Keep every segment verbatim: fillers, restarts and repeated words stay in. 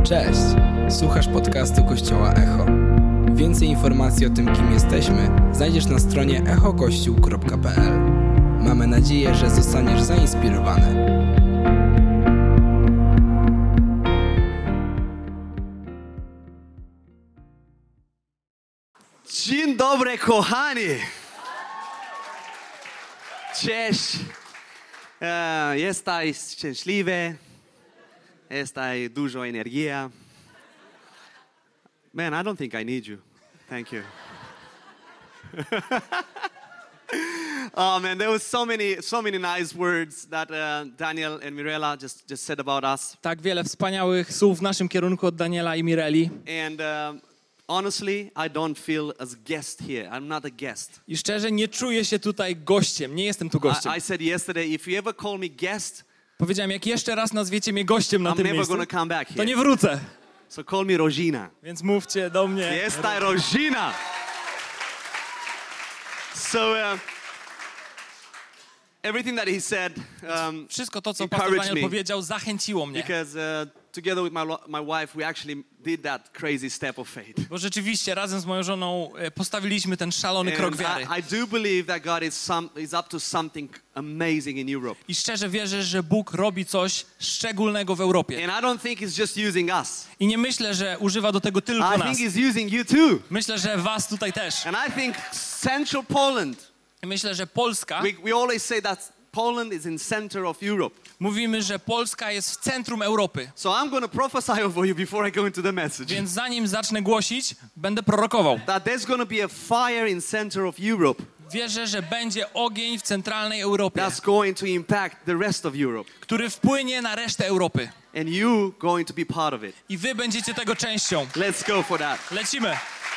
Cześć! Słuchasz podcastu Kościoła Echo. Więcej informacji o tym, kim jesteśmy, znajdziesz na stronie echo kościół kropka p l. Mamy nadzieję, że zostaniesz zainspirowany. Dzień dobry, kochani! Cześć! E, jesteś szczęśliwy, jesteś dużo energii. Man, I don't think I need you. Thank you. Oh man, there was so many, so many nice words that uh, Daniel and Mirella just, just said about us. Tak wiele wspaniałych słów w naszym kierunku od Daniela i Mireli. And um, honestly, I don't feel as guest here. I'm not a guest. I szczerze nie czuję się tutaj gościem. Nie jestem tu gościem. I, I said yesterday, if you ever call me guest, Powiedziałem, jak jeszcze raz nazwiecie mnie gościem na I'm tym never miejscu, gonna come back to here. nie wrócę. So call me Rogina. Więc mówcie do mnie. Esta Rogina. So uh, everything that he said um, Wszystko to, co pastor encouraged Daniel me, powiedział, zachęciło mnie. because uh, together with my lo- my wife, we actually did that crazy step of faith. Bo rzeczywiście razem z moją żoną e, postawiliśmy ten szalony krok And wiary. I, I do believe that God is some is up to something amazing in Europe. I szczerze wierzę, że Bóg robi coś szczególnego w Europie. And I don't think He's just using us. I nie myślę, że używa do tego tylko I nas. think He's using you too. Myślę, że was tutaj też. And I think Central Poland. I myślę, że Polska, We we always say that Poland is in center of Europe. mówimy, że Polska jest w centrum Europy. So I'm going to prophesy over you before I go into the message. Więc zanim zacznę głosić, będę prorokował. That there's going to be a fire in center of Europe Wierzę, że będzie ogień w centralnej Europie, that's going to impact the rest of Europe. który wpłynie na resztę Europy. And you going to be part of it. I wy będziecie tego częścią. Let's go for that. Lecimy.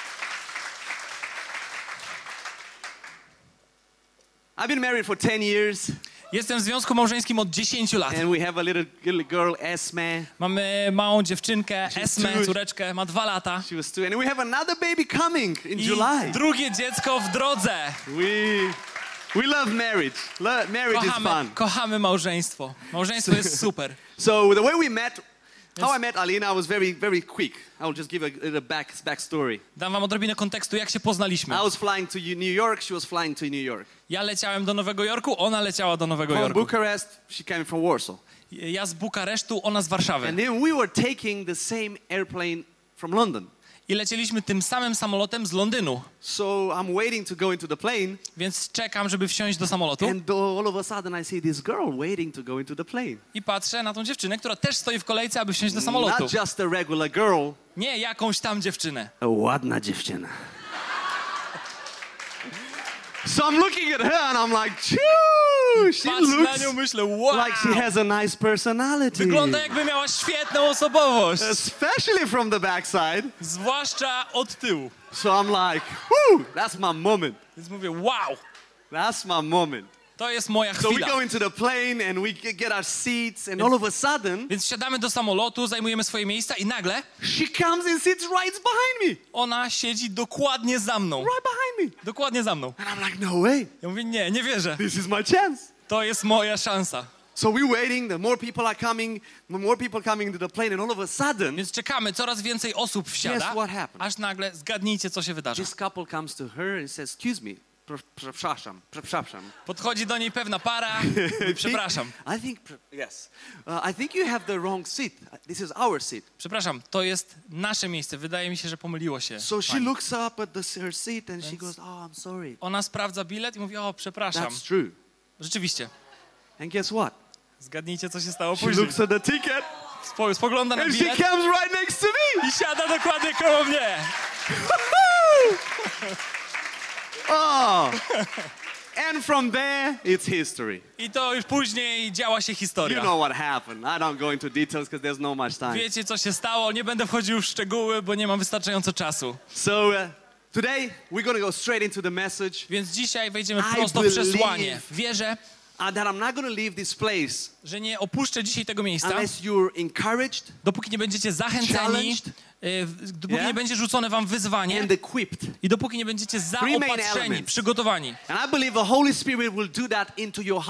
I've been married for ten years Jestem w związku małżeńskim od dziesięciu lat. and we have a little, little girl, Esme. Mamy małą dziewczynkę, She's Esmę, two. córeczkę, ma dwa lata. She was two. And we have another baby coming in I July. drugie dziecko w drodze. We, we love marriage. Lo- marriage is Kochamy, fun. kochamy małżeństwo. Małżeństwo jest super. So the way we met, how I met Alina was very, very quick. I will just give a, a back backstory. Dam wam odrobinę kontekstu, jak się poznaliśmy. I was flying to New York. She was flying to New York. Ja leciałem do Nowego Jorku, ona leciała do Nowego From Jorku. Bucharest, she came from Warsaw. Ja z Bukaresztu, ona z Warszawy. And then we were taking the same airplane from London. I lecieliśmy tym samym samolotem z Londynu. So I'm waiting to go into the plane, Więc czekam, żeby wsiąść do samolotu and all of a sudden I see this girl waiting to go into the plane. i patrzę na tą dziewczynę, która też stoi w kolejce, aby wsiąść do samolotu. Not just a regular girl, Nie jakąś tam dziewczynę. a ładna dziewczyna. So I'm looking at her and I'm like, Choo, she Patrzę na nią, looks myślę, wow! like she has a nice personality. Wygląda jakby miała świetną osobowość. Especially from the backside. Zwłaszcza od tyłu. So I'm like, whoo, that's my moment. Więc mówię, wow! That's my moment. To jest moja So we chwila. go into the plane and we get our seats and all of a sudden Więc wsiadamy do samolotu, zajmujemy swoje miejsca i nagle she comes and sits right behind me. ona siedzi dokładnie za mną. Right behind me. Dokładnie za mną. And I'm like, no way. Ja mówię, nie, nie wierzę. This is my chance. To jest moja szansa. So we're waiting, the more people are coming, the more people coming into the plane, and all of a sudden, Więc czekamy, coraz więcej osób wsiada, Guess what happened? aż nagle zgadnijcie, co się wydarzy. this couple comes to her and says, excuse me, pre- przepraszam, przepraszam. Podchodzi do niej pewna para, mówi, przepraszam, I think, pre- yes, uh, I think you have the wrong seat. This is our seat. przepraszam, to jest nasze miejsce. Wydaje mi się, że pomyliło się. So she pani. looks up at the, her seat and she goes, oh, I'm sorry. Ona sprawdza bilet i mówi, o, przepraszam. That's true. Rzeczywiście. And guess what? Zgadnijcie, co się stało She później. looks at the ticket Spo, spogląda na and she bilet comes right next to me. i siada dokładnie koło mnie. Oh. And from there, it's history. I to już później działa się You historia. know what happened. I don't go into details because there's no much time. Wiecie, co się stało. Nie będę wchodził w szczegóły, bo nie mam wystarczająco czasu. So uh, today, we're going to go straight into the message Więc dzisiaj wejdziemy I prosto w believe- przesłanie. Wierzę, uh, that I'm not going to leave this place że nie opuszczę dzisiaj tego miejsca, unless you're encouraged dopóki nie będziecie zachęceni, Challenged. y, w- dopóki Yeah. nie będzie rzucone wam wyzwanie and equipped. i dopóki nie będziecie main zaopatrzeni, elements. przygotowani. And I believe the Holy Spirit will do that into your heart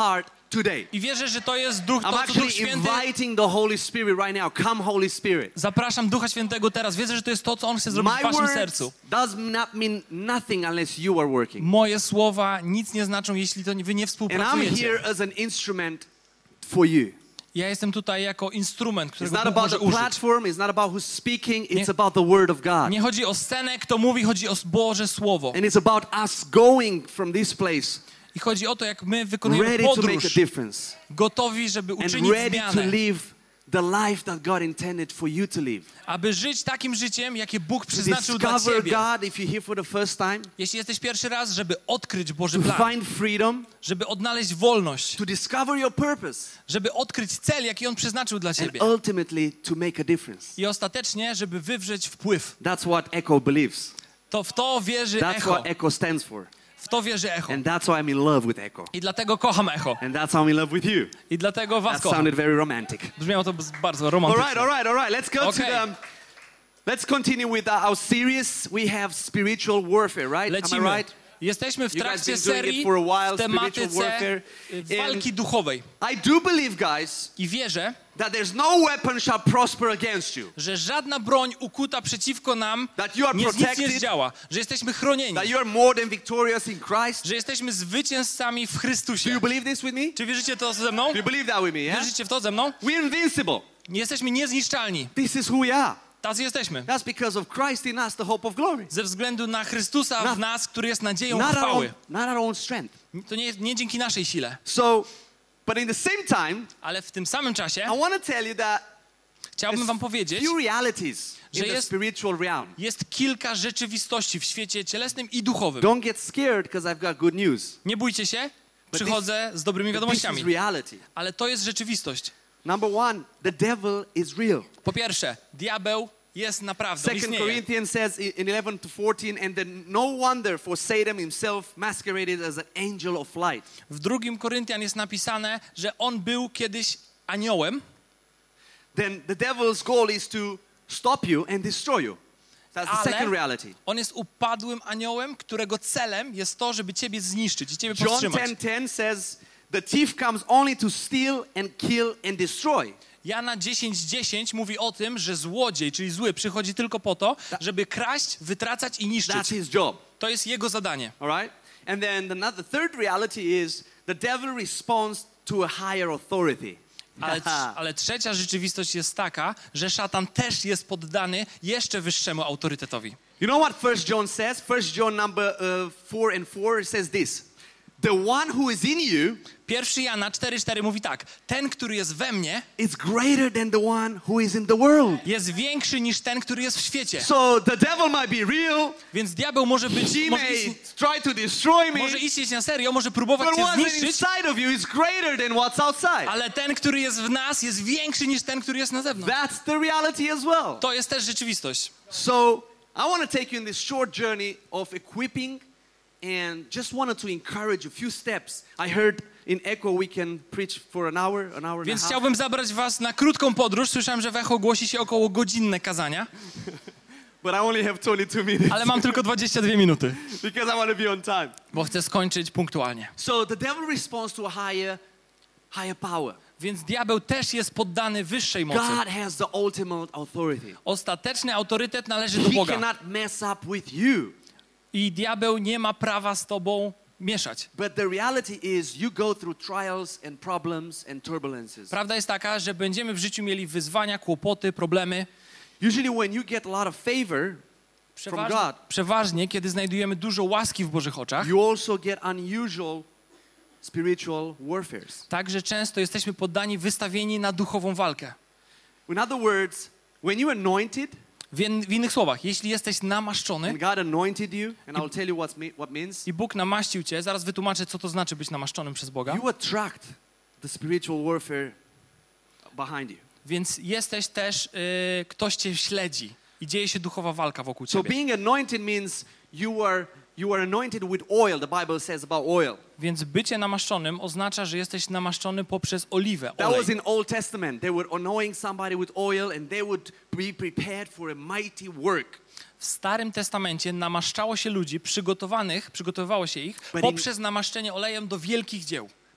today. I wierzę, że to jest Duch, I'm to co actually Duch Święty. inviting the Holy Spirit right now. Come, Holy Spirit. Zapraszam Ducha Świętego teraz. Wierzę, że to jest to, co On chce zrobić w My waszym words sercu. does not mean nothing unless you are working. Moje słowa nic nie znaczą, jeśli to nie- wy nie And I'm współpracujecie. here as an instrument for you. Ja jestem tutaj jako instrument, It's którego not Bóg about może the użyć. platform, it's not about who's speaking, it's Nie- about the Word of God. Nie chodzi o scenę, kto mówi, chodzi o Boże Słowo. And it's about us going from this place I chodzi o to, jak my wykonujemy ready to make a podróż, difference gotowi, żeby and uczynić ready to zmianę, live the life that God intended for you to live. aby żyć takim życiem, jakie Bóg To przeznaczył dla discover ciebie. God if you're here for the first time, Jeśli jesteś pierwszy raz, żeby odkryć Boży to plan, find freedom, żeby odnaleźć wolność, to discover your purpose, żeby odkryć cel, jaki On przeznaczył dla and ciebie. ultimately to make a difference. I ostatecznie, żeby wywrzeć wpływ. That's what Echo believes. To w to wierzy That's Echo. what Echo stands for. W to wierzy Echo. And that's why I'm in love with Echo. I dlatego kocham Echo. And that's why I'm in love with you. I dlatego was That kocham. sounded very romantic. Brzmiało to b- bardzo All right, romantycznie. all right, all right. Let's go Okay. to the. Let's continue with our series. We have spiritual warfare, right? Am I Lecimy. right? Jesteśmy w You guys trakcie been doing it serii for a while, w tematyce spiritual warfare. y, walki duchowej. I do believe, guys, I wierzę, that there's no weapon shall prosper against you. że żadna broń ukuta przeciwko nam That you are nie, nic nie protected. zdziała. Że jesteśmy chronieni. That you are more than victorious in Christ. Że jesteśmy zwycięzcami w Do Chrystusie. you believe this with me? Czy wierzycie to ze mną? Do you believe that with me? Yeah. Wierzycie w to ze mną? We're invincible. Nie jesteśmy niezniszczalni. This is who we are. Tacy jesteśmy. That's because of Christ in us, the hope of glory. Ze względu na Chrystusa Not- w nas, który jest nadzieją Not our, own, chwały. not our own strength. To nie, nie dzięki naszej sile. So, but in the same time, Ale w tym samym czasie I want to tell you that chciałbym wam there's powiedzieć, few realities że in the jest- spiritual realm. jest kilka rzeczywistości w świecie cielesnym i duchowym. Don't get scared because I've got good news. Nie bójcie się, But przychodzę z dobrymi But this wiadomościami. is reality. Ale to jest rzeczywistość. Number one, the devil is real. Po pierwsze, diabeł jest naprawdę, on Second istnieje. Corinthians says i- in eleven to fourteen, and then no wonder for Satan himself masqueraded as an angel of light. W drugim Koryntian jest napisane, że on był kiedyś aniołem, Then the devil's goal is to stop you and destroy you. That's the Ale- second reality. on jest upadłym aniołem, którego celem jest to, żeby ciebie zniszczyć i ciebie John powstrzymać. ten ten says, the thief comes only to steal and kill and destroy. Jana dziesięć dziesięć mówi o tym, że złodziej, czyli zły, przychodzi tylko po to, żeby kraść, wytracać i That's niszczyć. his job. To jest jego zadanie. All right? And then another third reality is the devil responds to a higher authority. Ale, ale trzecia rzeczywistość jest taka, że szatan też jest poddany jeszcze wyższemu autorytetowi. You know what First John says? First John number uh, four and four says this. The one who is in you Pierwszy Jana cztery cztery mówi tak. Ten, który jest we mnie, is greater than the one who is in the world. jest większy niż ten, który jest w świecie. So the devil might be real. Więc diabeł może być, He może, may iść, try to destroy me. może istnieć na serio, może próbować But cię what's zniszczyć, inside of you is greater than what's outside. ale ten, który jest w nas, jest większy niż ten, który jest na zewnątrz. That's the reality as well. To jest też rzeczywistość. So I want to take you in this short journey of equipping and just wanted to encourage a few steps. I heard in Echo we can preach for an hour, an hour and Więc a half. chciałbym zabrać was na krótką podróż. Słyszałem, że w Echo głosi się około godzinne kazania, But I only have twenty-two minutes ale mam tylko dwadzieścia dwie minuty, because I want to be on time. bo chcę skończyć punktualnie. So the devil responds to a higher, higher power. Więc diabeł też jest poddany wyższej mocy. God has the ultimate authority. Ostateczny autorytet należy do He Boga. cannot mess up with you. I diabeł nie ma prawa z tobą mieszać. But the reality is you go through trials and problems and turbulences. Prawda jest taka, że będziemy w życiu mieli wyzwania, kłopoty, problemy. Usually when you get a lot of favor from Przeważnie, God, przeważnie, kiedy znajdujemy dużo łaski w Bożych oczach, you also get unusual spiritual warfares. także często jesteśmy poddani, wystawieni na duchową walkę. In other words, when you're anointed, W, in, w innych słowach, jeśli jesteś namaszczony and God anointed you, and I'll tell you what's me- what means, i Bóg namaścił cię, zaraz wytłumaczę, co to znaczy być namaszczonym przez Boga, you attract the spiritual warfare behind you. więc jesteś też, y, ktoś cię śledzi i dzieje się duchowa walka wokół So ciebie. being anointed means you are you are anointed with oil. The Bible says about oil. Więc bycie namaszczonym oznacza, że jesteś namaszczony poprzez oliwę, That olej. was in Old Testament. They were anointing somebody with oil and they would be prepared for a mighty work. W Starym Testamencie namaszczało się ludzi przygotowanych, przygotowywało się ich in- poprzez namaszczenie olejem do wielkich dzieł.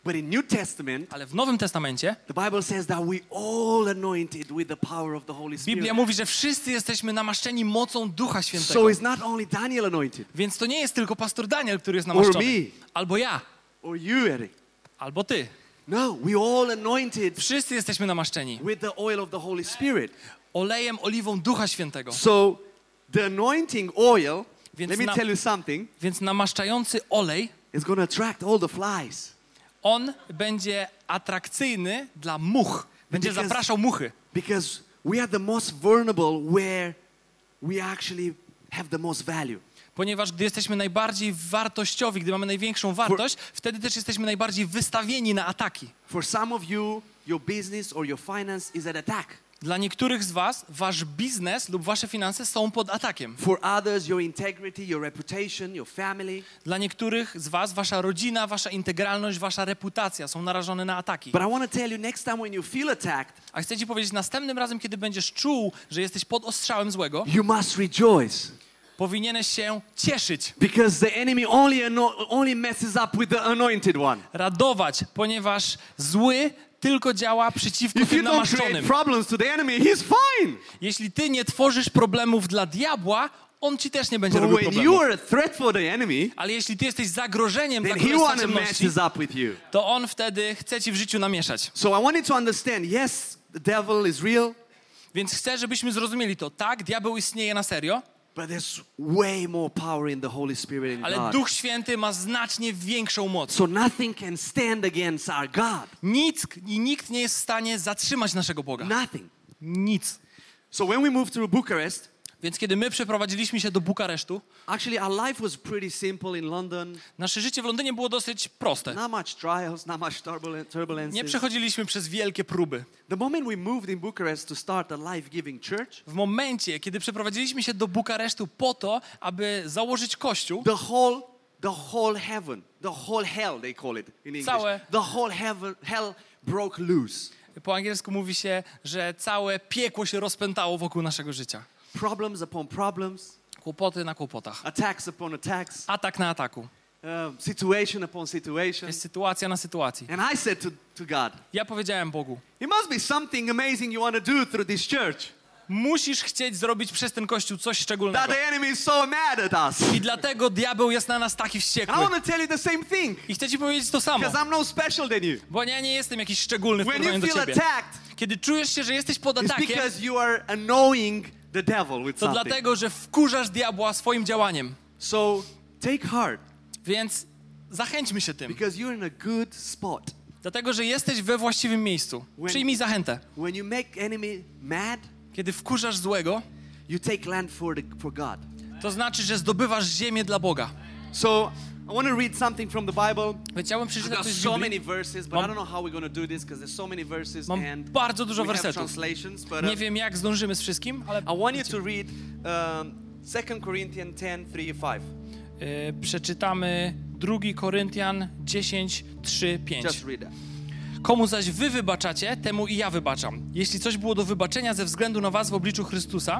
But in New Testament, Ale w Nowym Testamencie the Bible says that we all anointed with the power of the Holy Spirit. Biblia mówi, że wszyscy jesteśmy namaszczeni mocą Ducha Świętego. So it's not only Daniel anointed, Więc to nie jest tylko pastor Daniel, który jest or namaszczony. me, Albo ja, or you, Eric. albo ty. No, we all anointed Wszyscy jesteśmy namaszczeni with the oil of the Holy Spirit. olejem, oliwą Ducha Świętego. So the anointing oil, Więc let me na- tell you something, Więc namaszczający olej, is going to attract all the flies. on będzie atrakcyjny dla much. Będzie Because- zapraszał muchy. Because we are the most vulnerable where we actually have the most value. Ponieważ gdy jesteśmy najbardziej wartościowi, gdy mamy największą wartość, wtedy też jesteśmy najbardziej wystawieni na ataki. For some of you, your business or your finance is at attack. Dla niektórych z was wasz biznes lub wasze finanse są pod atakiem. For others, your integrity, your reputation, your family. Dla niektórych z was wasza rodzina, wasza integralność, wasza reputacja są narażone na ataki. But I want to tell you, next time when you feel attacked, A chcę ci powiedzieć, następnym razem, kiedy będziesz czuł, że jesteś pod ostrzałem złego, you must rejoice. powinieneś się cieszyć, Because the enemy only, ano- only messes up with the anointed one. radować, ponieważ zły tylko działa przeciwko If you tym don't create namaszczonym. problems to the enemy, he's fine. Jeśli ty nie tworzysz problemów dla diabła, on ci też nie będzie But robił when you problemów. are a threat for the enemy, Ale jeśli ty jesteś zagrożeniem dla then he królestwa wants to ciemności, messes up with you. to on wtedy chce ci w życiu namieszać. So I want you to understand, yes, the devil is real, Więc chcę, żebyśmy zrozumieli to. Tak, diabeł istnieje na serio, but there's way more power in the Holy Spirit in ale God. Duch Święty ma znacznie większą moc. So nothing can stand against our God. Nic i nikt nie jest w stanie zatrzymać naszego Boga. Nothing. Nic. So when we moved to Bucharest, Więc kiedy my przeprowadziliśmy się do Bukaresztu, actually our life was pretty simple in London. nasze życie w Londynie było dosyć proste. Not much trials, not much turbulen- Nie turbulences. przechodziliśmy przez wielkie próby. The moment we moved in Bucharest to start a life-giving church, W momencie, kiedy przeprowadziliśmy się do Bukaresztu po to, aby założyć kościół, the whole the whole heaven, the whole hell they call it in English. Całe- The whole heaven hell broke loose. po angielsku mówi się, że całe piekło się rozpętało wokół naszego życia. Problems upon problems, Kłopoty na kłopotach. attacks upon attacks, Atak na ataku. um, situation upon situation. Jest sytuacja na sytuacji. And I said to, to God, Ja powiedziałem Bogu, it must be something amazing you want to do through this church. musisz chcieć zrobić przez ten kościół coś That szczególnego. the enemy is so mad at us. I dlatego diabeł jest na nas taki And I wściekły. want to tell you the same thing. I chcę ci powiedzieć to samo, Because I'm no special than you. bo ja nie jestem jakiś szczególny w When you porównaniu do feel ciebie. attacked, Kiedy czujesz się, że jesteś pod it's atakiem, because you are annoying the devil with to something. dlatego, że wkurzasz diabła swoim działaniem. So take heart, Więc zachęćmy się tym. because you're in a good spot. Dlatego, że jesteś we właściwym miejscu. When- Przyjmij zachętę. When you make enemy mad, Kiedy wkurzasz złego, you take land for, the, for God. to znaczy, że zdobywasz ziemię dla Boga. So I want to read something from the Bible. Chciałbym I've przeczytać got coś z so Biblii. many verses, but Mam- I don't know how we're going to do this because there's so many verses Mam and bardzo dużo we have wersetów. translations. But Nie uh, wiem, jak zdążymy z wszystkim, ale I want you to read um, Second Corinthians ten, three, five. e, przeczytamy drugi Koryntian dziesięć, trzy, pięć. Just read that. Komu zaś wy wybaczacie, temu i ja wybaczam. Jeśli coś było do wybaczenia ze względu na was w obliczu Chrystusa,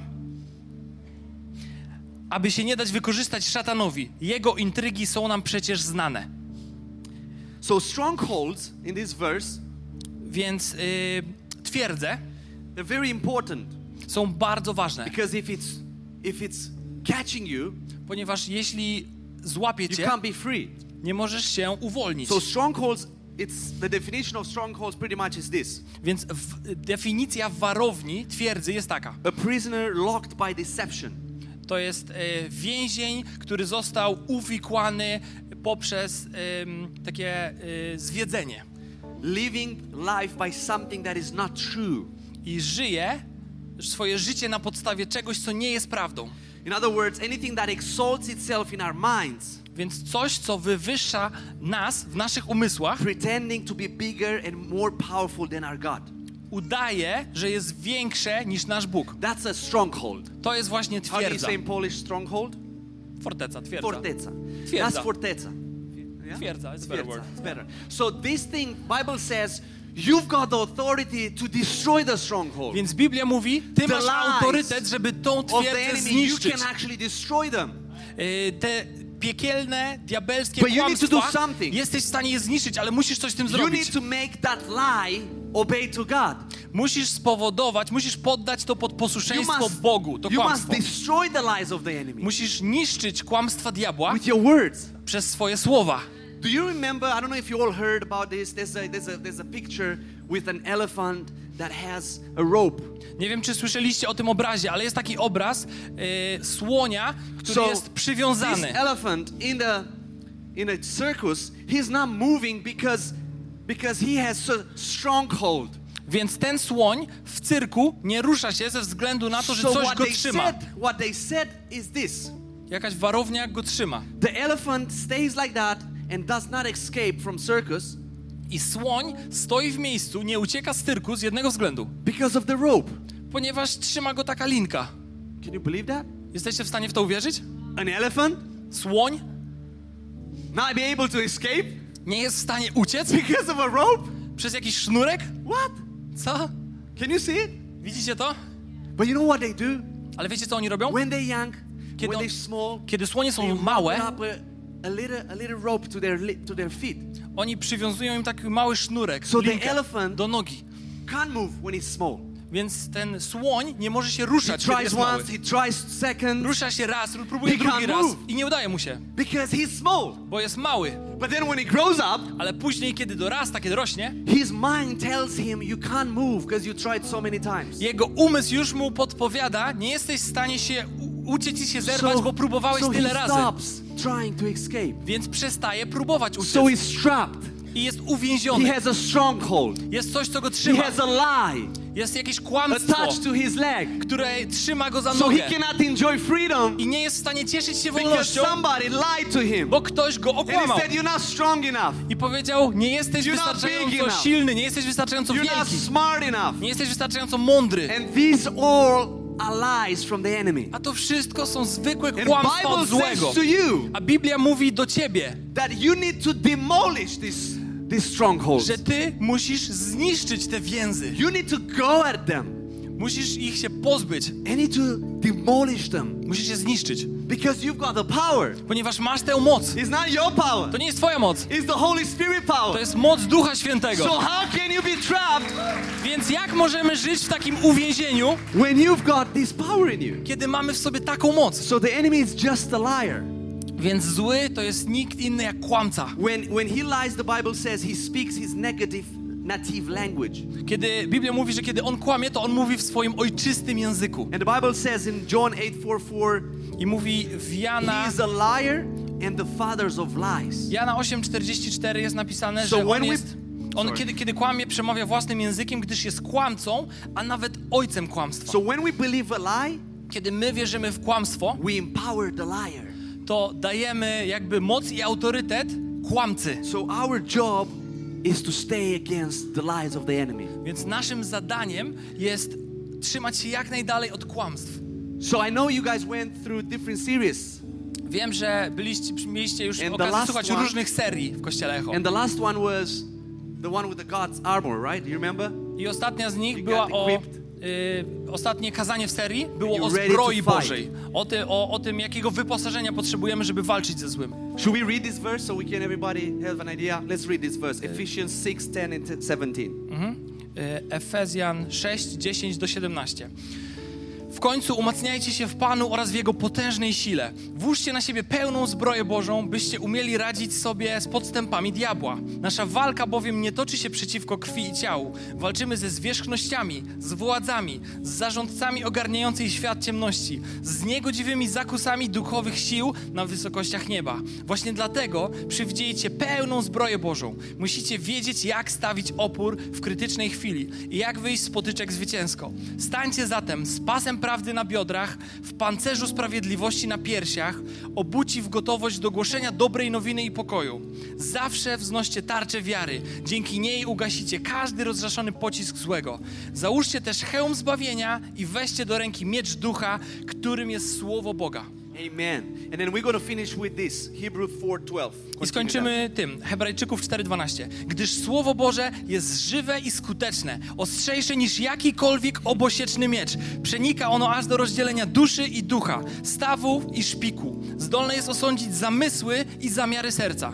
aby się nie dać wykorzystać szatanowi. Jego intrygi są nam przecież znane. So strongholds in this verse, Więc y, twierdzę, they're very important są bardzo ważne, because if it's if it's catching you, ponieważ jeśli złapie you cię, can't be free. nie możesz się uwolnić. So strongholds, it's the definition of strongholds pretty much is this: Więc w, definicja warowni, twierdzy jest taka. a prisoner locked by deception. To jest e, więzień, który został uwikłany poprzez em, takie e, zwiedzenie. Living life by something that is not true. I żyje swoje życie na podstawie czegoś, co nie jest prawdą. In other words, anything that exalts itself in our minds, Więc coś, co wywyższa nas w naszych umysłach, pretending to be bigger and more powerful than our God. udaje, że jest większe niż nasz Bóg. That's a stronghold. To jest właśnie How do you twierdza. say in Polish stronghold? Forteca, twierdza. Forteca. Twierdza. That's forteca. Yeah? Twierdza, it's a better Twierdza. word. It's better. So this thing, Bible says, you've got the authority to destroy the stronghold. Więc Biblia mówi, ty The masz lies autorytet, żeby tą Of the twierdzę enemy, you zniszczyć. can actually destroy them. Y, Te piekielne, diabelskie But you need to do kłamstwa, something. jesteś w stanie je zniszczyć, ale musisz coś z tym You zrobić. need to make that lie obey to God. Musisz spowodować, musisz poddać to pod You posłuszeństwo must, Bogu, to you must kłamstwo. destroy the lies of the enemy Musisz niszczyć kłamstwa diabła with your words. przez swoje słowa. Do you remember, I don't know if you all heard about this, there's a, there's a, there's a picture with an elephant that has a rope. Nie wiem, czy słyszeliście o tym obrazie, ale jest taki obraz yy, słonia, który So, jest This przywiązany. elephant in the in a circus, he's not moving because because he has a stronghold. Więc ten słoń w cyrku nie rusza się ze względu na to, że So coś what go they trzyma. said, what they said is this. Jakaś warownia go trzyma. The elephant stays like that and does not escape from circus I słoń stoi w miejscu, nie ucieka z cyrku z jednego względu. because of the rope. Ponieważ trzyma go taka linka. Can you believe that? Jesteście w stanie w to uwierzyć? An elephant Słoń not be able to escape nie jest w stanie uciec because of a rope? przez jakiś sznurek? What? Co? Can you see it? Widzicie to? But you know what they do? Ale wiecie, co oni robią? When they're young, Kiedy when on- they're small, Kiedy słonie they są małe, wrap up a, a little a little rope to their li- to their feet. oni przywiązują im taki mały sznurek, So the linkę elephant do nogi. can't move when he's small. Więc ten słoń nie może się He ruszać, kiedy tries jest mały. once, he tries second, Rusza się raz, próbuje He drugi can't raz move. i nie udaje mu się, because he's small. bo jest mały. But then when he grows up, Ale później, kiedy dorasta, kiedy rośnie, his mind tells him you can't move because you tried so many times. jego umysł już mu podpowiada, nie jesteś w stanie się u- uciec i się zerwać, bo próbowałeś so he tyle razy. stops trying to escape. Więc przestaje próbować uciec So he's trapped. i jest He uwięziony. has a stronghold. Jest coś, co go He trzyma. has a lie Jest jakieś kłamstwo, attached to his leg. które trzyma go za So he nogę cannot enjoy freedom i nie jest w stanie cieszyć się because wolnością, somebody lied to him. bo ktoś go And he okłamał said, you're not strong enough. i powiedział, nie jesteś You're not big wystarczająco enough. silny, nie jesteś wystarczająco You're not wielki, smart enough. nie jesteś wystarczająco mądry. And these all are lies from the enemy. A to wszystko są zwykłe And kłamstwa Bible od złego. says to you A Biblia mówi do ciebie, that you need to demolish this, these strongholds. że ty musisz zniszczyć te więzy. You need to go at them. Musisz ich się pozbyć. You need to demolish them Musisz je zniszczyć. because you've got the power. Ponieważ masz tę moc. It's not your power. To nie jest twoja moc. It's the Holy Spirit To power. jest moc Ducha Świętego. So how can you be trapped Więc jak możemy żyć w takim uwięzieniu, when you've got this power in you? kiedy mamy w sobie taką moc? So the enemy is just a liar. Więc zły to jest nikt inny jak kłamca. When when he lies, the Bible says he speaks his negative native language. Kiedy Biblia mówi, że kiedy on kłamie, to on mówi w swoim ojczystym języku. And the Bible says in John eight forty-four, I mówi w he Jana, is a liar and the fathers of lies. Jana osiem czterdzieści cztery jest napisane, So że when on we- jest, on Sorry. kiedy, kiedy kłamie, przemawia własnym językiem, gdyż jest kłamcą, a nawet ojcem kłamstwa. So when we believe a lie, Kiedy my wierzymy w kłamstwo, we empower the liar. to dajemy jakby moc i autorytet kłamcy. So our job is to stay against the lies of the enemy. Więc naszym zadaniem jest trzymać się jak najdalej od kłamstw. So I know you guys went through different series. Wiem, że byliście, mieliście już And the okazję last słuchać one- różnych serii w Kościele Echo. And the last one was the one with the God's armor, right? Do you remember? I ostatnia z nich You była got o... equipped. Y, ostatnie kazanie w serii było And o you're ready to zbroi fight. Bożej. O, ty, o, o tym, jakiego wyposażenia potrzebujemy, żeby walczyć ze złym. Should we read this verse so we can everybody have an idea? Let's read this verse. Ephesians six, ten and seventeen. Mhm. Y, Efezjan sześć, dziesięć do siedemnaście. W końcu umacniajcie się w Panu oraz w Jego potężnej sile. Włóżcie na siebie pełną zbroję Bożą, byście umieli radzić sobie z podstępami diabła. Nasza walka bowiem nie toczy się przeciwko krwi i ciału. Walczymy ze zwierzchnościami, z władzami, z zarządcami ogarniającej świat ciemności, z niegodziwymi zakusami duchowych sił na wysokościach nieba. Właśnie dlatego przywdziejcie pełną zbroję Bożą. Musicie wiedzieć, jak stawić opór w krytycznej chwili i jak wyjść z potyczek zwycięsko. Stańcie zatem z pasem prawdy na biodrach, w pancerzu sprawiedliwości na piersiach, obuci w gotowość do głoszenia dobrej nowiny i pokoju. Zawsze wznoście tarczę wiary. Dzięki niej ugasicie każdy rozrzeszony pocisk złego. Załóżcie też hełm zbawienia i weźcie do ręki miecz ducha, którym jest słowo Boga. Amen. And then we're going to finish with this. Hebrews four twelve. I skończymy tym, Hebrajczyków cztery dwanaście. Gdyż Słowo Boże jest żywe i skuteczne, ostrzejsze niż jakikolwiek obosieczny miecz. Przenika ono aż do rozdzielenia duszy i ducha, stawów i szpiku, zdolne jest osądzić zamysły i zamiary serca.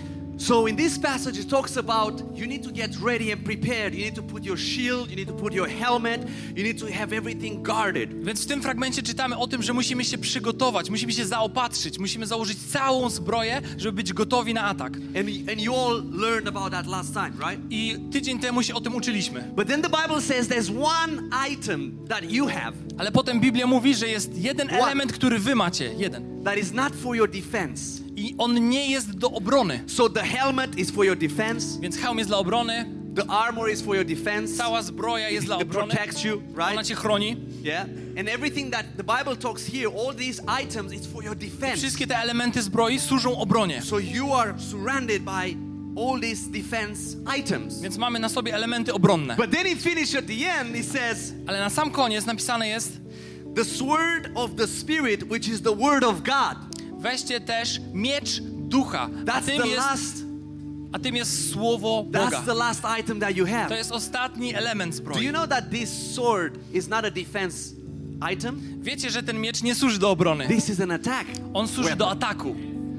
So in this passage it talks about you need to get ready and prepared. You need to put your shield, you need to put your helmet, you need to have everything guarded. Więc w tym fragmencie czytamy o tym, że musimy się przygotować, musimy się zaopatrzyć, musimy założyć całą zbroję, żeby być gotowi na atak. And, and you all learned about that last time, right? I tydzień temu się o tym uczyliśmy. But then the Bible says there's one item that you have Ale potem Biblia mówi, że jest jeden One. element, który wy macie, jeden. that is not for your defense. I on nie jest do obrony. So the helmet is for your defense. Więc hełm jest dla obrony, The armor is for your defense. cała zbroja jest dla It obrony, protects you, ona right? cię chroni. Yeah. And everything that the Bible talks here, all these items, it's for your defense. Wszystkie te elementy zbroi służą obronie. So you are surrounded by all these defense items. Więc mamy na sobie elementy obronne. But then it finishes at the end, it says, Ale na sam koniec napisane jest: the sword of the Spirit, which is the word of God. weźcie też miecz ducha. A That's tym the jest, last, a tym jest słowo Boga. that's the last item that you have. To jest ostatni element Do zbroi. you know that this sword is not a defense item? Wiecie, że ten miecz nie służy do obrony. This is an attack. On służy weapon. do ataku.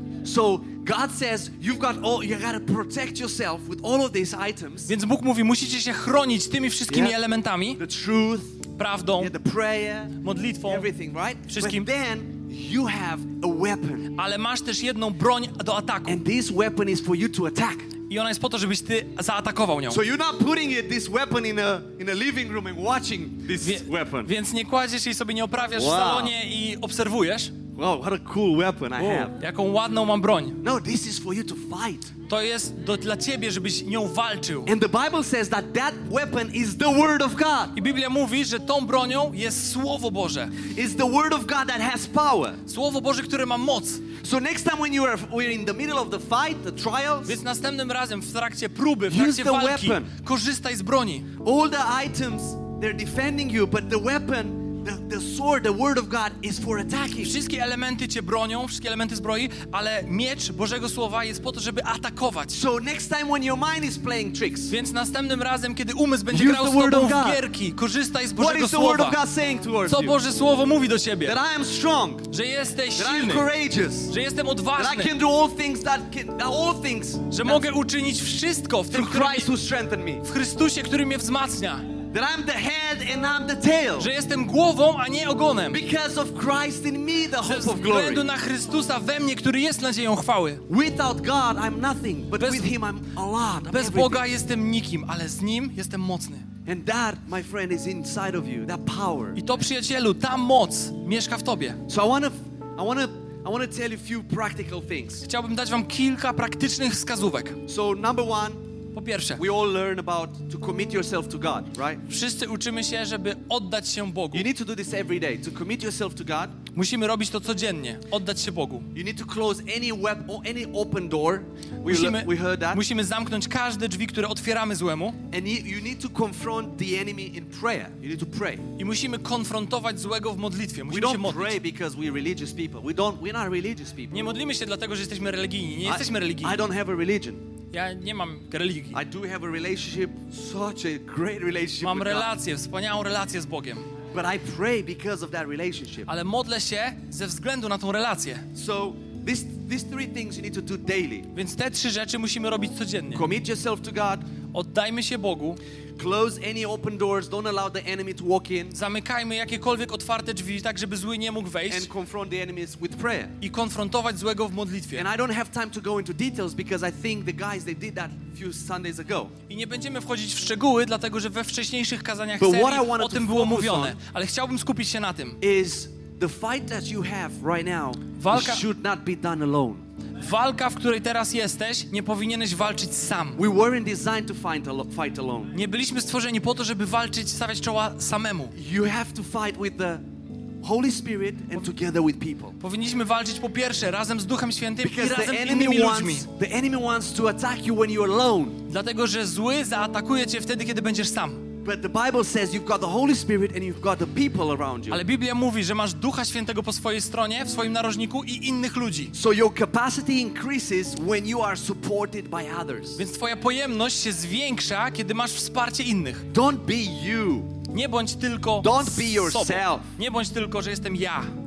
So God says you've got all, you got to protect yourself with all of these items. Więc Bóg mówi, musicie się chronić tymi wszystkimi Yeah. elementami, The truth, prawdą, yeah, the prayer, modlitwą, everything, right? Wszystkim. But then you have a weapon. ale masz też jedną broń do ataku. And this weapon is for you to attack. I ona jest po to, żebyś ty zaatakował nią. So you're not putting it, this weapon in a in a living room and watching this Wie, weapon. więc nie kładziesz jej sobie, nie oprawiasz Wow. w salonie i obserwujesz. Wow, what a cool weapon I have. Jaką ładną mam broń. No, this is for you to fight. To jest do, dla ciebie, żebyś nią walczył. And the Bible says that that weapon is the word of God. I Biblia mówi, że tą bronią jest Słowo Boże. It's the word of God that has power. Słowo Boże, które ma moc. So next time when you are we're in the middle of the fight, the trials, Więc następnym razem w trakcie próby, w Use trakcie the walki, weapon. korzystaj z broni. all the items they're defending you, but the weapon, the, the sword, the word of God is for attacking. Wszystkie elementy cię bronią, wszystkie elementy zbroi, ale miecz Bożego Słowa jest po to, żeby atakować. So next time when your mind is playing tricks, Więc następnym razem, kiedy umysł będzie Use grał the z word tobą of God. w gierki, korzystaj z what Bożego is the word of Słowa. God saying towards Co you? Boże Słowo mówi do ciebie? That I am strong, Że jesteś that I am silny, courageous, że jestem that I odważny, can do all things that can, all things że mogę uczynić wszystko w tym, through który Christ who strengthened me. w Chrystusie, który mnie wzmacnia. That I'm the head and I'm the tail. Że jestem głową, a nie ogonem. Because of Christ in me, the Ze hope of glory. względu na Chrystusa we mnie, który jest nadzieją chwały. Without God, I'm nothing, but Bez- with Him, I'm a lot. I'm Bez everything. Boga jestem nikim, ale z Nim jestem mocny. And that, my friend, is inside of you. That power. I to, przyjacielu, ta moc mieszka w tobie. So I want to, I want to, I want to tell you a few practical things. Chciałbym dać wam kilka praktycznych wskazówek. So number one, Po pierwsze, we all learn about to commit yourself to God, right? wszyscy uczymy się, żeby oddać się Bogu. You need to do this every day. To commit yourself to God, Musimy robić to codziennie, oddać się Bogu. you need to close any web or any open door. We, Musimy, le- we heard that. musimy zamknąć każde drzwi, które otwieramy złemu, And you, you need to confront the enemy in prayer. You need to pray. i musimy konfrontować złego w modlitwie. We Musimy się don't modlić. pray because we're religious people. We don't. We're not religious people. Nie modlimy się dlatego, że jesteśmy religijni. Nie I, jesteśmy I religijni. don't have a religion. Ja nie mam religii. I do have a relationship, such a great relationship Mam with God. relację, wspaniałą relację z Bogiem. But I pray because of that relationship. Ale modlę się ze względu na tą relację. So this, these three things you need to do daily. Więc te trzy rzeczy musimy robić codziennie. Commit yourself to God. Oddajmy się Bogu, Close any open doors. Don't allow the enemy to walk in. zamykajmy jakiekolwiek otwarte drzwi, tak żeby zły nie mógł And wejść, confront the enemies with prayer. i konfrontować złego w modlitwie. And I don't have time to go into details because I think the guys, they did that a few Sundays ago. I nie będziemy wchodzić w szczegóły, dlatego że we wcześniejszych kazaniach But serii what I wanted o to tym było focus mówione. on Ale chciałbym skupić się na tym. Is the fight that you have right now, Walka- it should not be done alone. Walka, w której teraz jesteś, nie powinieneś walczyć sam. We weren't designed to fight, alo- fight alone. Nie byliśmy stworzeni po to, żeby walczyć, stawiać czoła samemu. You have to fight with the Holy Spirit and together with people. Powinniśmy walczyć po pierwsze razem z Duchem Świętym i Because the razem z innymi enemy ludźmi. wants, the enemy wants to attack you when you're alone. Dlatego, że zły zaatakuje cię wtedy, kiedy będziesz sam. But the Bible says you've got the Holy Spirit and you've got the people around you. Ale Biblia mówi, że masz Ducha Świętego po swojej stronie, w swoim narożniku i innych ludzi. So your capacity increases when you are supported by others. Więc twoja pojemność się zwiększa, kiedy masz wsparcie innych. Don't be you. Nie bądź tylko Don't be sobą. yourself. Nie bądź tylko, że jestem ja.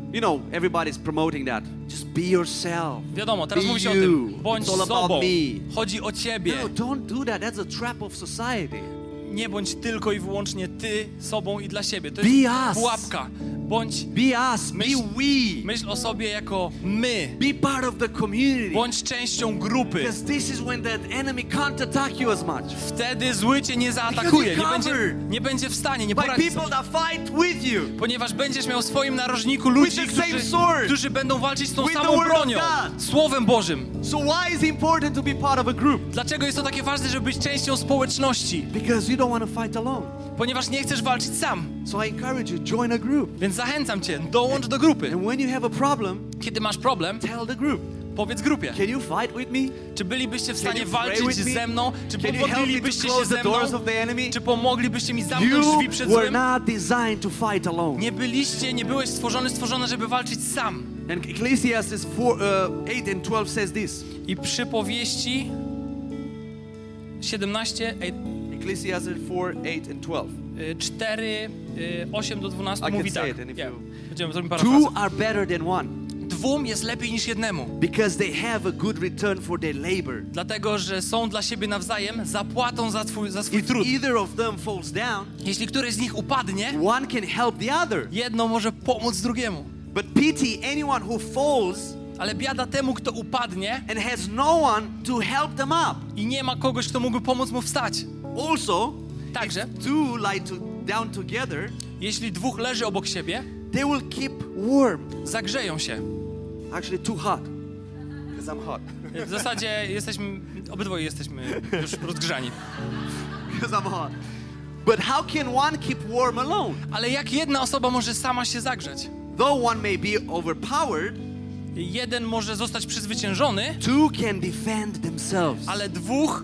You know, everybody's promoting that. Just be yourself. Wiadomo, teraz Be mówi się o you. tym. Bądź It's all about sobą. me. Chodzi o ciebie. No, don't do that. That's a trap of society. Nie bądź tylko i wyłącznie ty sobą i dla siebie. To Be jest us. pułapka. Bądź, Be us. Be Myśl- we. myśl o sobie jako my. Be part of the community. Bądź częścią grupy. Because this is when the enemy can't attack you as much. Wtedy zły cię nie zaatakuje. Nie Because będzie, you're covered nie będzie w stanie, nie By poradzi people sobie. that fight with you. Ponieważ będziesz miał w swoim narożniku ludzi, the same którzy, sword. którzy będą walczyć z tą With the samą word of bronią. God. Słowem Bożym. So why is it important to be part of a group? Dlaczego jest to takie ważne, żeby być częścią społeczności? Because you don't want to fight alone. Ponieważ nie chcesz walczyć sam. So I encourage you, join a group. Więc zachęcam cię, dołącz do grupy. And when you have a problem, Kiedy masz problem, tell the group. powiedz grupie. Can you fight with me? Czy bylibyście w Can stanie you pray walczyć with me? ze mną? Czy Can you help me to pomodlilibyście się close ze the mną? doors of the enemy? Czy pomoglibyście mi zamknąć You drzwi przed were złem? not designed to fight alone. Nie byliście, nie byłeś stworzony, stworzona, żeby walczyć sam. And Ecclesiastes four, uh, eight and twelve says this. I przypowieści siedemnaście, Ecclesiastes four, eight and twelve. cztery, osiem do dwunastu I mówi can say tak. it, and if Nie, you- będziemy zrobić Two parafrazę. are better than one Dwóm jest lepiej niż jednemu. because they have a good return for their labor. Dlatego, że są dla siebie nawzajem zapłatą za, twój, za swój If trud. either of them falls down, Jeśli któryś z nich upadnie, one can help the other. jedno może pomóc drugiemu. But pity anyone who falls Ale biada temu, kto upadnie and has no one to help them up. i nie ma kogoś, kto mógłby pomóc mu wstać. Also, Także, two lie to, down together, jeśli dwóch leży obok siebie, they will keep warm. zagrzeją się. Actually, too hot. Because I'm hot. W zasadzie jesteśmy, obydwoje jesteśmy już rozgrzani. Because I'm hot. But how can one keep warm alone? Ale jak jedna osoba może sama się zagrzeć? Though one may be overpowered, Jeden może zostać przezwyciężony, two can defend themselves. ale dwóch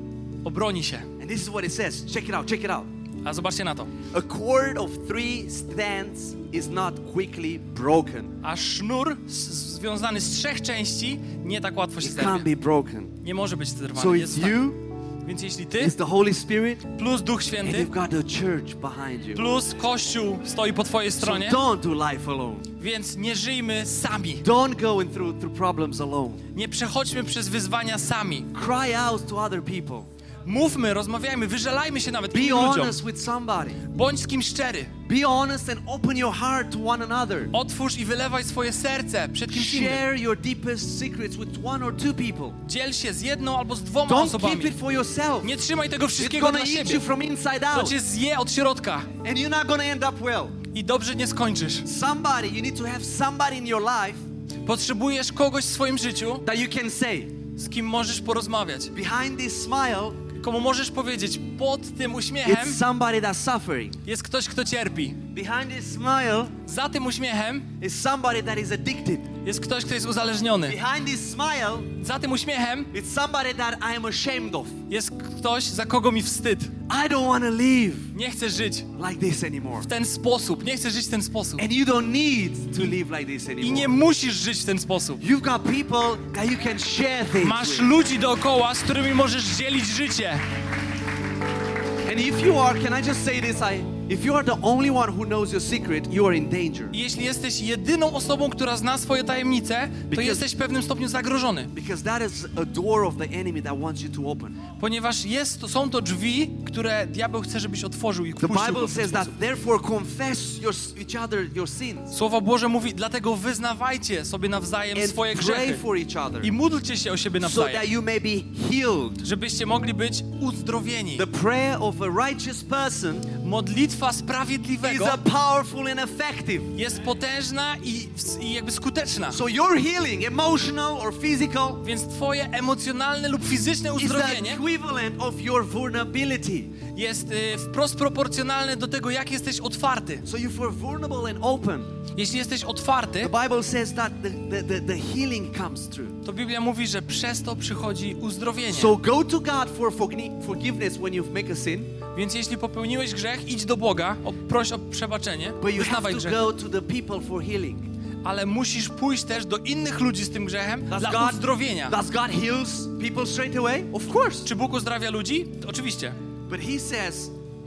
obroni się. And this is what it says. Check it out, check it out. A zobaczcie na to. A cord of three strands is not quickly broken. A sznur z, związany z trzech części nie tak łatwo się It can't zerwie. be broken. Nie może być So zerwany. Jest it's tak. you, Więc jeśli ty it's the Holy Spirit, plus Duch and Święty you've got the church behind you. plus Kościół stoi po twojej So stronie, don't do life alone. więc nie żyjmy sami. Don't go in through, through problems alone. Nie przechodźmy przez wyzwania sami. Cry out to other people. Mówmy, rozmawiajmy, wyżalajmy się nawet Be innym ludziom. honest with somebody. Bądź z kimś szczery. Be honest and open your heart to one another. Otwórz i wylewaj swoje serce przed kimś innym. Share your deepest secrets with one or two people. Dziel się z jedną albo z dwoma Don't osobami. keep it for yourself. Nie trzymaj tego It's wszystkiego gonna dla eat siebie. you from inside To out. cię zje od środka And you're not gonna end up well. i dobrze nie skończysz. Somebody, you need to have somebody in your life Potrzebujesz kogoś w swoim życiu, that you can say, z kim możesz porozmawiać. behind this smile, Komu możesz powiedzieć, pod tym uśmiechem it's somebody that's suffering. jest ktoś, kto cierpi. Behind this smile Za tym uśmiechem is somebody that is addicted. jest ktoś, kto jest uzależniony. Behind this smile, Za tym uśmiechem it's somebody that I am ashamed of. jest ktoś, za kogo mi wstyd. I don't want to live Nie chcę żyć like this anymore. w ten sposób. Nie chcę żyć w ten sposób. And you don't need to live like this I nie anymore. musisz żyć w ten sposób. You've got people that you can share things Masz with. ludzi dookoła, z którymi możesz dzielić życie. And if you are, can I just say this? I, if you are the only one who knows your secret, you are in danger. I jeśli jesteś jedyną osobą, która zna swoje tajemnice, to Because- jesteś w pewnym stopniu zagrożony. Because that is a door of the enemy that wants you to open. Ponieważ jest, to, są to drzwi, które diabeł chce, żebyś otworzył i The wpuścił Bible go w ten says that sposób. therefore confess your, each other your sins Słowo Boże mówi, dlatego wyznawajcie sobie nawzajem and swoje pray grzechy for each other i módlcie się o siebie so nawzajem, that you may be healed. żebyście mogli być uzdrowieni. The prayer of a righteous person Modlitwa is sprawiedliwego a powerful and effective. jest potężna i, i jakby skuteczna. So your healing, emotional or physical, Więc twoje emocjonalne lub fizyczne is the uzdrowienie equivalent of your vulnerability. jest y, wprost proporcjonalne do tego, jak jesteś otwarty. So if you're vulnerable and open, Jeśli jesteś otwarty, the Bible says that the, the, the, the healing comes through. to Biblia mówi, że przez to przychodzi uzdrowienie. So go to God for forgni- forgiveness when you've made a sin, Więc jeśli popełniłeś grzech, idź do Boga, o, proś o przebaczenie, but you have wyznawaj to grzech. go to the people for healing. Ale musisz pójść też do innych ludzi z tym grzechem Does dla God, uzdrowienia. does God heals people straight away? Of course. Czy Bóg uzdrawia ludzi? To oczywiście. But he says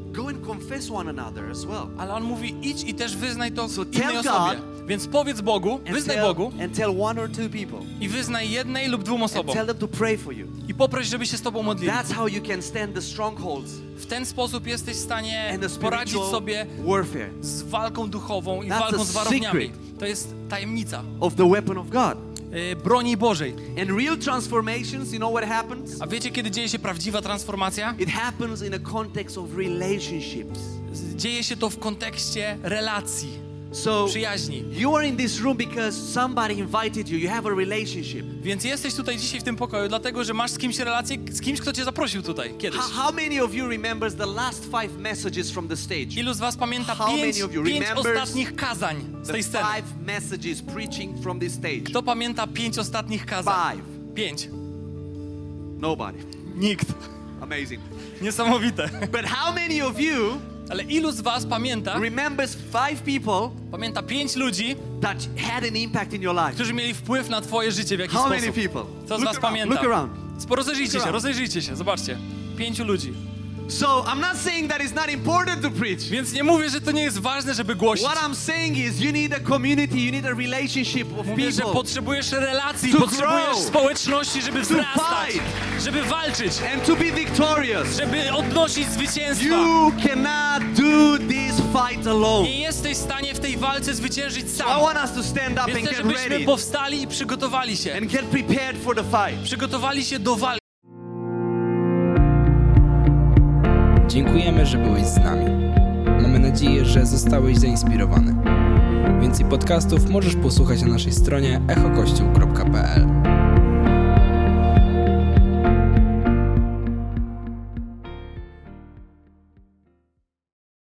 go and confess one another as well. Ale on mówi, idź i też wyznaj to So innej tell osobie. God Więc powiedz Bogu, And wyznaj tell, Bogu and tell one or two people. i wyznaj jednej lub dwóm And osobom. tell them to pray for you. I poproś, żeby się z tobą modlili. That's how you can stand the strongholds W ten sposób jesteś w stanie and the poradzić spiritual sobie warfare z walką duchową i That's walką the z warowniami. secret. To jest tajemnica of the weapon of God. yy, broni Bożej. And real transformations, you know what happens? A wiecie, kiedy dzieje się prawdziwa transformacja? It happens in a context of relationships. Dzieje się to w kontekście relacji, So przyjaźni. you are in this room because somebody invited you. You have a relationship. Więc jesteś tutaj dzisiaj w tym pokoju, dlatego że masz z kimś relację, z kimś, kto cię zaprosił tutaj kiedyś. How, how many of you remembers the last five messages from the stage? Ilu z was pamięta How pięć, many of you pięć remembers ostatnich kazań z The tej sceny? five messages preaching from this stage. Kto pamięta pięć ostatnich kazań? Five. Pięć. Nobody. Nikt. Amazing. Niesamowite. But how many of you Ale ilu z was pamięta, remembers five people pamięta pięć ludzi, that had an impact in your life? którzy mieli wpływ na twoje życie w jakiś How many sposób? people? Co z Look was around, pamięta? look around. Sporo rozejrzyjcie Look się, around. rozejrzyjcie się, zobaczcie. Pięciu ludzi. So I'm not saying that it's not important to preach. Więc nie mówię, że to nie jest ważne, żeby głosić. What I'm saying is you need a community, you need a relationship of Mówię, że people potrzebujesz relacji, To potrzebujesz grow. społeczności, żeby wzrastać, fight. żeby walczyć, and to be victorious. żeby odnosić zwycięstwa. You cannot do this fight alone. Nie jesteś w stanie w tej walce zwyciężyć I sam. want us to stand up Więc and chcę, get żebyśmy ready powstali i przygotowali się. and get prepared for the fight. Przygotowali się do walki. Dziękujemy, że byłeś z nami. Mamy nadzieję, że zostałeś zainspirowany. Więcej podcastów możesz posłuchać na naszej stronie echo kościół kropka p l.